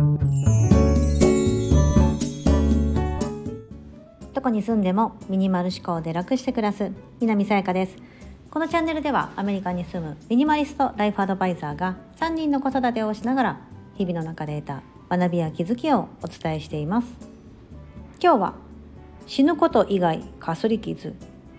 どこに住んでもミニマル思考で楽して暮らす南さやかです。このチャンネルではアメリカに住むミニマリストライフアドバイザーが3人の子育てをしながら日々の中で得た学びや気づきをお伝えしています。今日は死ぬこと以外かすり傷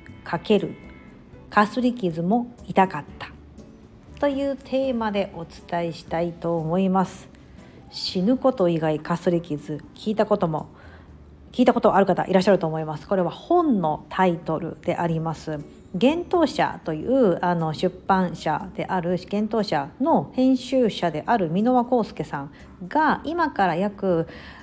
×かすり傷も痛かったというテーマでお伝えしたいと思います。死ぬこと以外かすり傷、聞いたことある方いらっしゃると思います。これは本のタイトルであります。幻冬舎という出版社である幻冬舎の編集者である箕輪康介さんが今から約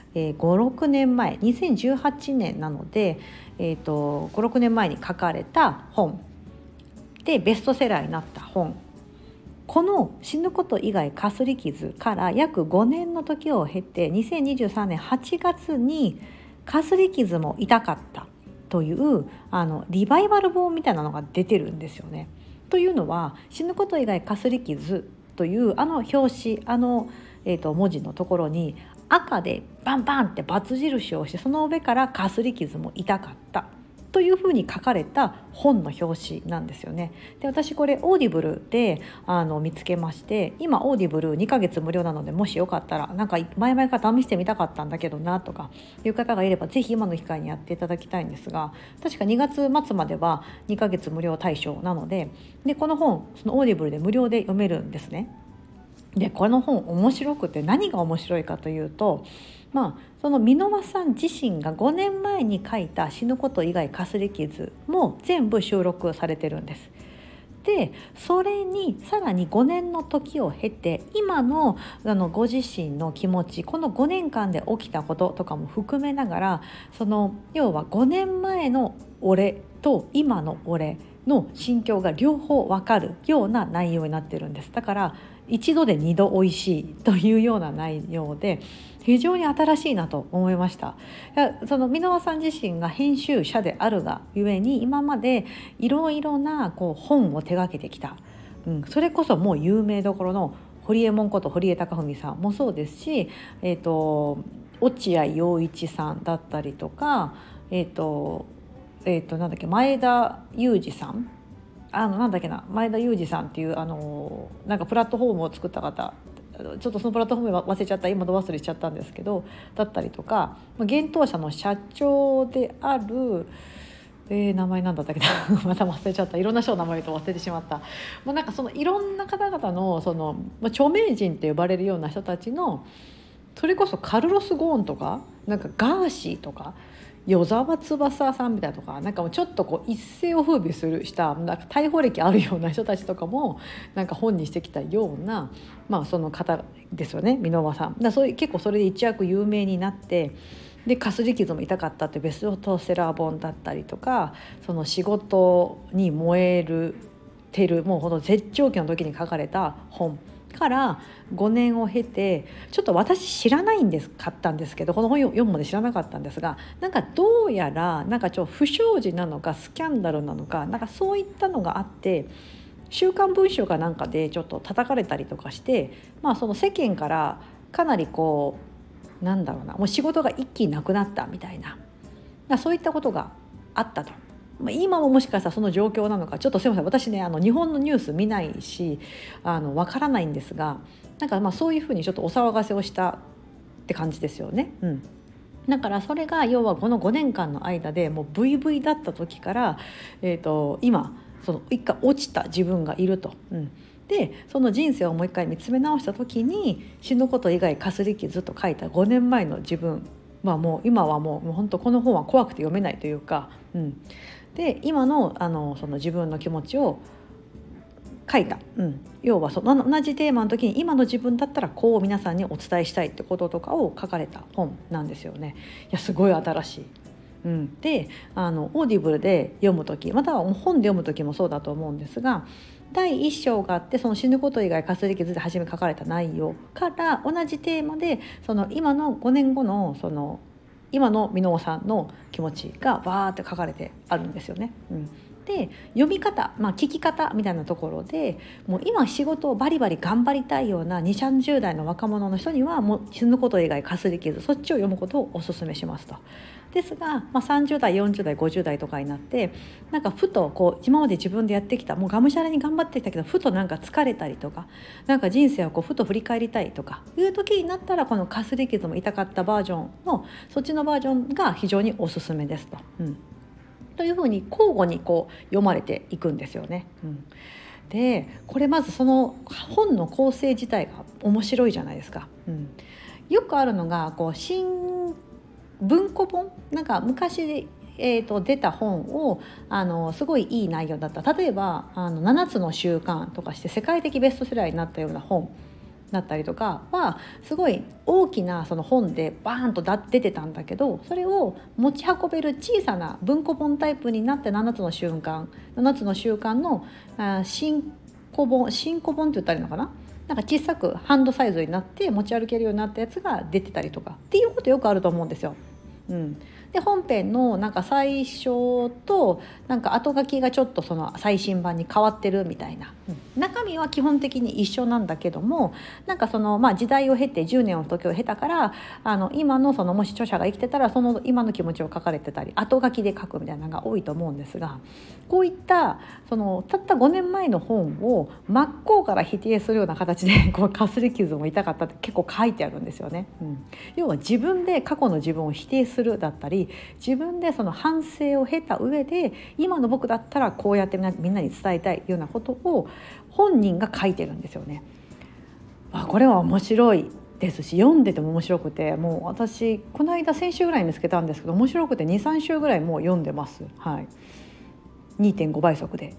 5、6年前、2018年なので、5、6年前に書かれた本でベストセラーになった本。この死ぬこと以外かすり傷から約5年の時を経て2023年8月にかすり傷も痛かったというリバイバル本みたいなのが出てるんですよね。というのは死ぬこと以外かすり傷という表紙文字のところに赤でバンバンって×印をして、その上からかすり傷も痛かったというふうに書かれた本の表紙なんですよね。で、私これオーディブルで見つけまして、今オーディブル2ヶ月無料なので、もしよかったらなんか前々から試してみたかったんだけどなとかいう方がいればぜひ今の機会にやっていただきたいんですが、確か2月末までは2ヶ月無料対象なので、この本そのオーディブルで無料で読めるんですね。で、この本面白くて、何が面白いかというと、その箕輪さん自身が5年前に書いた死ぬこと以外かすり傷も全部収録されてるんです。で、それにさらに5年の時を経て今のご自身の気持ち、この5年間で起きたこととかも含めながら、要は5年前の俺と今の俺の心境が両方分かるような内容になってるんです。だから一度で二度おいしいというような内容で非常に新しいなと思いました。その箕輪さん自身が編集者であるがゆえに今までいろいろな本を手掛けてきた、それこそもう有名どころの堀江門こと堀江貴文さんもそうですし、落合陽一さんだったりとか、前田裕二さん、前田裕二さんっていうなんかプラットフォームを作った方、ちょっとそのプラットフォーム忘れちゃった、今ど忘れしちゃったんですけど、だったりとか幻冬舎の社長である名前なんだったっけなまた忘れちゃった。いろんな人の名前と忘れてしまった。なんかそのいろんな方々の著名人って呼ばれるような人たちの、それこそカルロス・ゴーンとかなんかガーシーとか与沢翼さんみたいなとか、なんかもうちょっと一世を風靡したなんか逮捕歴あるような人たちとかもなんか本にしてきたような、その方ですよね、箕輪さん。結構それで一躍有名になって、でかすり傷も痛かったってベストセラー本だったりとか、その仕事に燃えてるもうこの絶頂期の時に書かれた本から5年を経て、ちょっと私買ったんですけど、この本読むまで知らなかったんですが、なんかどうやらなんか不祥事なのかスキャンダルなのか、なんかそういったのがあって、週刊文春かなんかでちょっと叩かれたりとかして、その世間からかなりもう仕事が一気になくなったみたいな、そういったことがあったと。今ももしかしたらその状況なのか、ちょっとすいません、私ね日本のニュース見ないしわからないんですが、なんかそういうふうにちょっとお騒がせをしたって感じですよね。だからそれが要はこの5年間の間でもう VV だった時から、今その一回落ちた自分がいると。でその人生をもう一回見つめ直した時に死ぬこと以外かすり傷と書いた5年前の自分、もう今はもう本当この本は怖くて読めないというか、で今のその自分の気持ちを書いた、要は同じテーマの時に今の自分だったらこう皆さんにお伝えしたいってこととかを書かれた本なんですよね。いやすごい新しい。でオーディブルで読む時、または本で読む時もそうだと思うんですが、第1章があって、その死ぬこと以外かすり傷で初め書かれた内容から同じテーマで今の5年後の今の箕輪さんの気持ちがバーって書かれてあるんですよね。 で読み方、聞き方みたいなところでもう今仕事をバリバリ頑張りたいような20、30代の若者の人にはもう死ぬこと以外かすり傷、そっちを読むことをお勧めしますと。ですが、30代40代50代とかになってなんかふとこう今まで自分でやってきたもうがむしゃらに頑張ってきたけどふとなんか疲れたりとかなんか人生をこうふと振り返りたいとかいう時になったらこのかすり傷も痛かったバージョンのそっちのバージョンが非常におすすめですと。というふうに交互にこう読まれていくんですよね。でこれまずその本の構成自体が面白いじゃないですか。よくあるのがこう新文庫本なんか昔、出た本をすごいいい内容だった。例えば7つの習慣とかして世界的ベストセラーになったような本だったりとかはすごい大きなその本でバーンと出てたんだけど、それを持ち運べる小さな文庫本タイプになって7つの習慣の新古本って言ったらいいのかな、なんか小さくハンドサイズになって持ち歩けるようになったやつが出てたりとかっていうことよくあると思うんですよ。で本編のなんか最初となんか後書きがちょっとその最新版に変わってるみたいな、中身は基本的に一緒なんだけどもなんかその時代を経て10年の時を経たから今のそのもし著者が生きてたらその今の気持ちを書かれてたり後書きで書くみたいなのが多いと思うんですが、こういったそのたった5年前の本を真っ向から否定するような形でこうかすり傷も痛かったって結構書いてあるんですよね。要は自分で過去の自分を否定するだったり自分でその反省を経た上で今の僕だったらこうやってみんなに伝えたいようなことを本人が書いてるんですよね。これは面白いですし読んでても面白くてもう私この間先週ぐらいに見つけたんですけど面白くて 2,3 週ぐらいもう読んでます。2.5 倍速で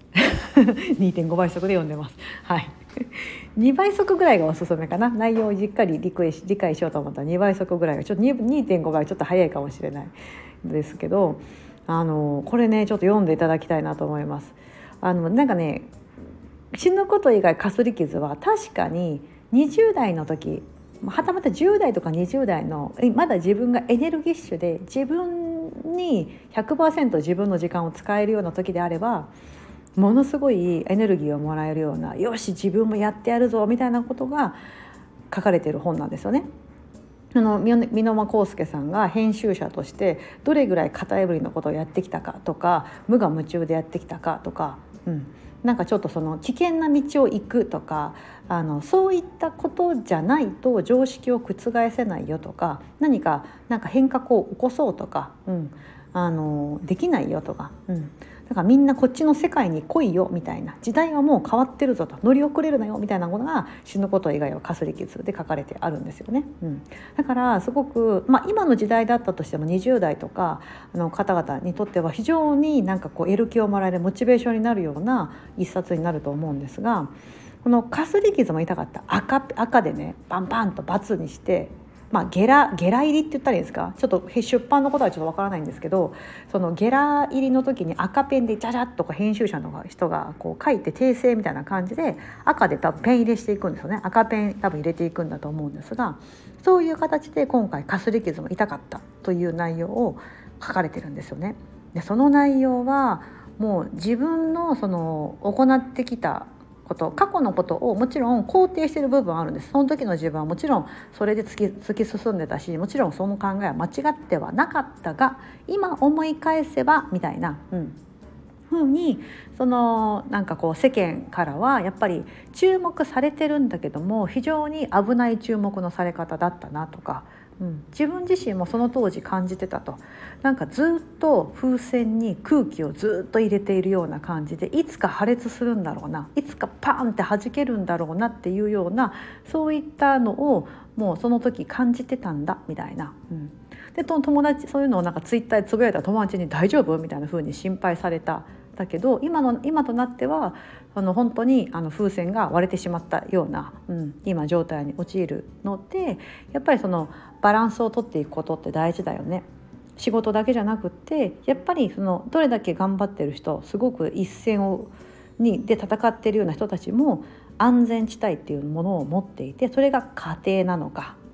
2.5 倍速で読んでます。2倍速ぐらいがおすすめかな。内容をじっかり理解しようと思ったら2倍速ぐらいがちょっと 2.5 倍ちょっと早いかもしれないですけどこれねちょっと読んでいただきたいなと思います。なんかね死ぬこと以外かすり傷は確かに20代の時はたまた10代とか20代のまだ自分がエネルギッシュで自分に 100% 自分の時間を使えるような時であればものすごいエネルギーをもらえるようなよし自分もやってやるぞみたいなことが書かれている本なんですよね。箕輪康介さんが編集者としてどれぐらい型破りのことをやってきたかとか無我夢中でやってきたかとか、なんかちょっとその危険な道を行くとかそういったことじゃないと常識を覆せないよとかなんか変革を起こそうとか、できないよとか、だからみんなこっちの世界に来いよみたいな時代はもう変わってるぞと乗り遅れるなよみたいなものが死ぬこと以外はかすり傷で書かれてあるんですよね。だからすごく、今の時代だったとしても20代とか方々にとっては非常になんかこう得る気をもらえるモチベーションになるような一冊になると思うんですが、このかすり傷も痛かった赤でねパンパンと×にしてゲラ入りって言ったらいいんですか、ちょっと出版のことはちょっとわからないんですけどそのゲラ入りの時に赤ペンでジャジャッとか編集者の人がこう書いて訂正みたいな感じで赤で多分ペン入れしていくんですよね。赤ペン多分入れていくんだと思うんですがそういう形で今回かすり傷も痛かったという内容を書かれてるんですよね。でその内容はもう自分のその行ってきた過去のことをもちろん肯定している部分はあるんです。その時の自分はもちろんそれで突き進んでたしもちろんその考えは間違ってはなかったが今思い返せばみたいな、風にそのなんかこう世間からはやっぱり注目されてるんだけども非常に危ない注目のされ方だったなとか、自分自身もその当時感じてたと。なんかずっと風船に空気をずっと入れているような感じでいつか破裂するんだろうないつかパーンって弾けるんだろうなっていうようなそういったのをもうその時感じてたんだみたいな、で友達そういうのをなんかツイッターでつぶやいた友達に大丈夫みたいな風に心配された。だけど今となっては本当に風船が割れてしまったような、今状態に陥るのでやっぱりそのバランスを取っていくことって大事だよね。仕事だけじゃなくってやっぱりそのどれだけ頑張ってる人すごく一線で戦っているような人たちも安全地帯っていうものを持っていてそれが家庭なのか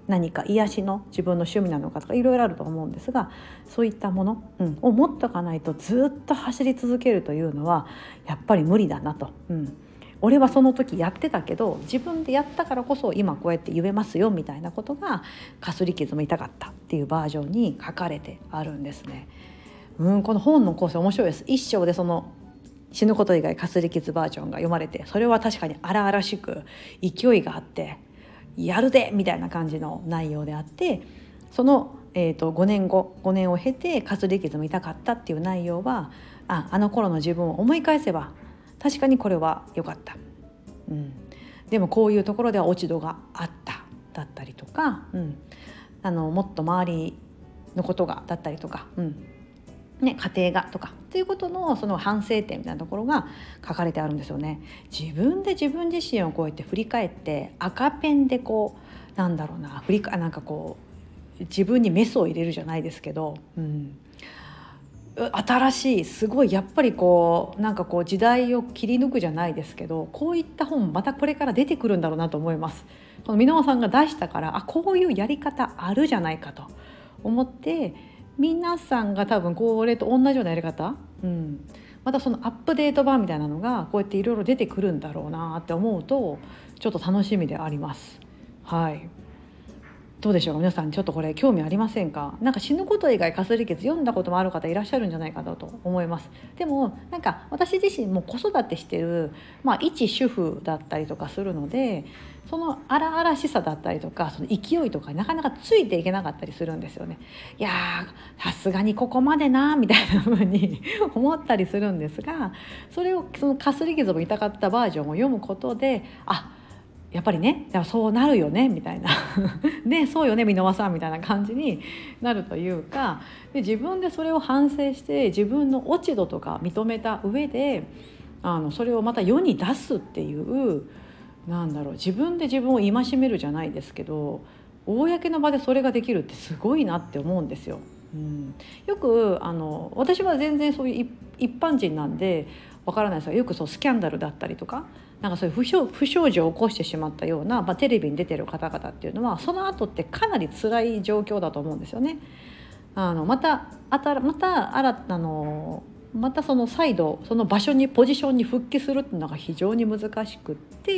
何か癒しの自分の趣味なのかとかいろいろあると思うんですが、そういったもの、を持っとかないとずっと走り続けるというのはやっぱり無理だなと、俺はその時やってたけど自分でやったからこそ今こうやって言えますよみたいなことがかすり傷も痛かったっていうバージョンに書かれてあるんですね。この本の構成面白いです。一章でその死ぬこと以外かすり傷バージョンが読まれて、それは確かに荒々しく勢いがあってやるでみたいな感じの内容であって、その、5年を経てかすり傷も痛かったっていう内容はあの頃の自分を思い返せば確かにこれは良かった、でもこういうところでは落ち度があっただったりとか、もっと周りのことがだったりとか、家庭がとかっていうことのその反省点みたいなところが書かれてあるんですよね。自分で自分自身をこうやって振り返って赤ペンでこうなんかこう自分にメスを入れるじゃないですけど、新しいすごいやっぱりこう時代を切り抜くじゃないですけど、こういった本またこれから出てくるんだろうなと思います。この箕輪さんが出したからこういうやり方あるじゃないかと思って、皆さんが多分これと同じようなやり方、またそのアップデート版みたいなのがこうやっていろいろ出てくるんだろうなって思うとちょっと楽しみであります。どうでしょうか皆さん、ちょっとこれ興味ありませんか？なんか死ぬこと以外かすり傷読んだこともある方いらっしゃるんじゃないかなと思います。でもなんか私自身も子育てしてる、一主婦だったりとかするので、その荒々しさだったりとかその勢いとかなかなかついていけなかったりするんですよね。いやさすがにここまでなみたいな風に思ったりするんですが、それをそのかすり傷も痛かったバージョンを読むことでやっぱりねそうなるよねみたいなねそうよね箕輪さんみたいな感じになるというか、で自分でそれを反省して自分の落ち度とか認めた上でそれをまた世に出すっていう自分で自分を戒めるじゃないですけど、公の場でそれができるってすごいなって思うんですよ。よく私は全然そういう一般人なんでわからないですが、よくそうスキャンダルだったりとかそういう不祥事を起こしてしまったような、テレビに出てる方々っていうのはその後ってかなり辛い状況だと思うんですよね。またその再度その場所にポジションに復帰するっていうのが非常に難しくって、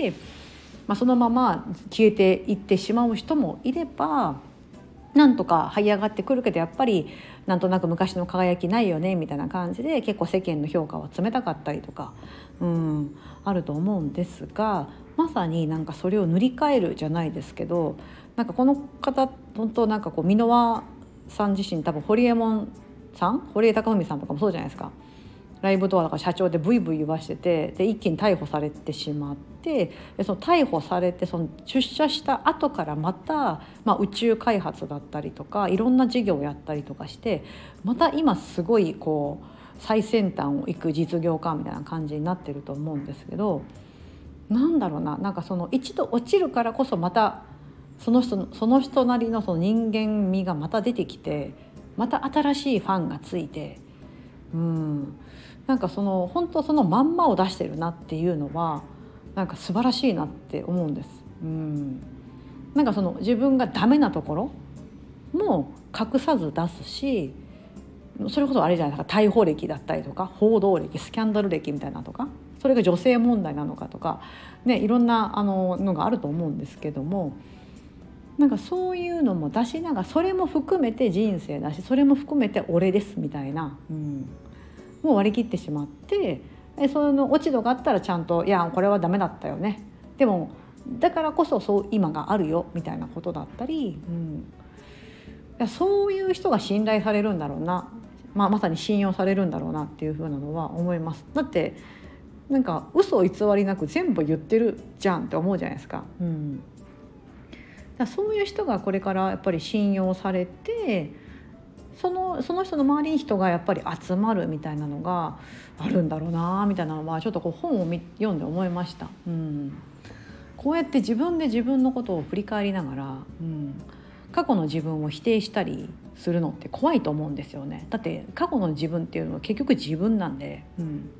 そのまま消えていってしまう人もいれば、なんとか這い上がってくるけどやっぱりなんとなく昔の輝きないよねみたいな感じで結構世間の評価は冷たかったりとか、あると思うんですが、まさにそれを塗り替えるじゃないですけど、この方本当箕輪さん自身多分堀江貴文さんとかもそうじゃないですか。ライブドアだから社長でブイブイ言わしてて、で一気に逮捕されてしまって、でその逮捕されてその出社した後からまた、宇宙開発だったりとかいろんな事業をやったりとかして、また今すごい最先端を行く実業家みたいな感じになってると思うんですけど、その一度落ちるからこそまたその人なりのその人間味がまた出てきて、また新しいファンがついて、本当そのまんまを出してるなっていうのは素晴らしいなって思うんです。その自分がダメなところも隠さず出すし、それこそあれじゃないですか、逮捕歴だったりとか報道歴スキャンダル歴みたいなとか、それが女性問題なのかとかね、いろんなのがあると思うんですけども、そういうのも出しながらそれも含めて人生だし、それも含めて俺ですみたいな、もう割り切ってしまって、その落ち度があったらちゃんといやこれはダメだったよね、でもだからこそそう今があるよみたいなことだったり、いやそういう人が信頼されるんだろうな、まさに信用されるんだろうなっていう風なのは思います。だって嘘を偽りなく全部言ってるじゃんって思うじゃないですか。だそういう人がこれからやっぱり信用されて、その人の周りに人がやっぱり集まるみたいなのがあるんだろうなみたいなのはちょっと本を読んで思いました。こうやって自分で自分のことを振り返りながら、過去の自分を否定したりするのって怖いと思うんですよね。だって過去の自分っていうのは結局自分なんで、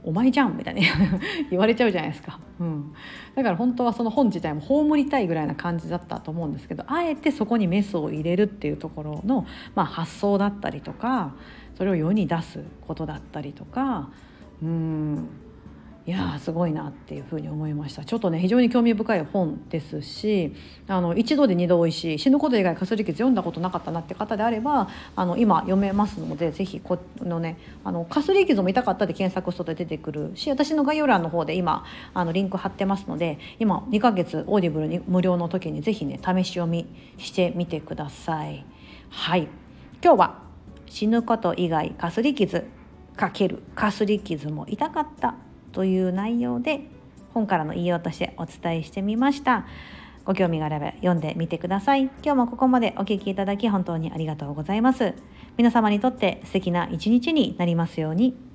お前じゃんみたいに言われちゃうじゃないですか、だから本当はその本自体も葬りたいぐらいな感じだったと思うんですけど、あえてそこにメスを入れるっていうところの、発想だったりとか、それを世に出すことだったりとか、いやすごいなっていうふうに思いました。ちょっとね非常に興味深い本ですし、一度で二度おいしい、死ぬこと以外かすり傷読んだことなかったなって方であれば今読めますので、ぜひこのねかすり傷も痛かったで検索すると出てくるし、私の概要欄の方で今リンク貼ってますので、今2ヶ月オーディブルに無料の時にぜひね試し読みしてみてください。はい、今日は死ぬこと以外かすり傷×かすり傷も痛かったという内容で本からの引用としてお伝えしてみました。ご興味があれば読んでみてください。今日もここまでお聞きいただき本当にありがとうございます。皆様にとって素敵な一日になりますように。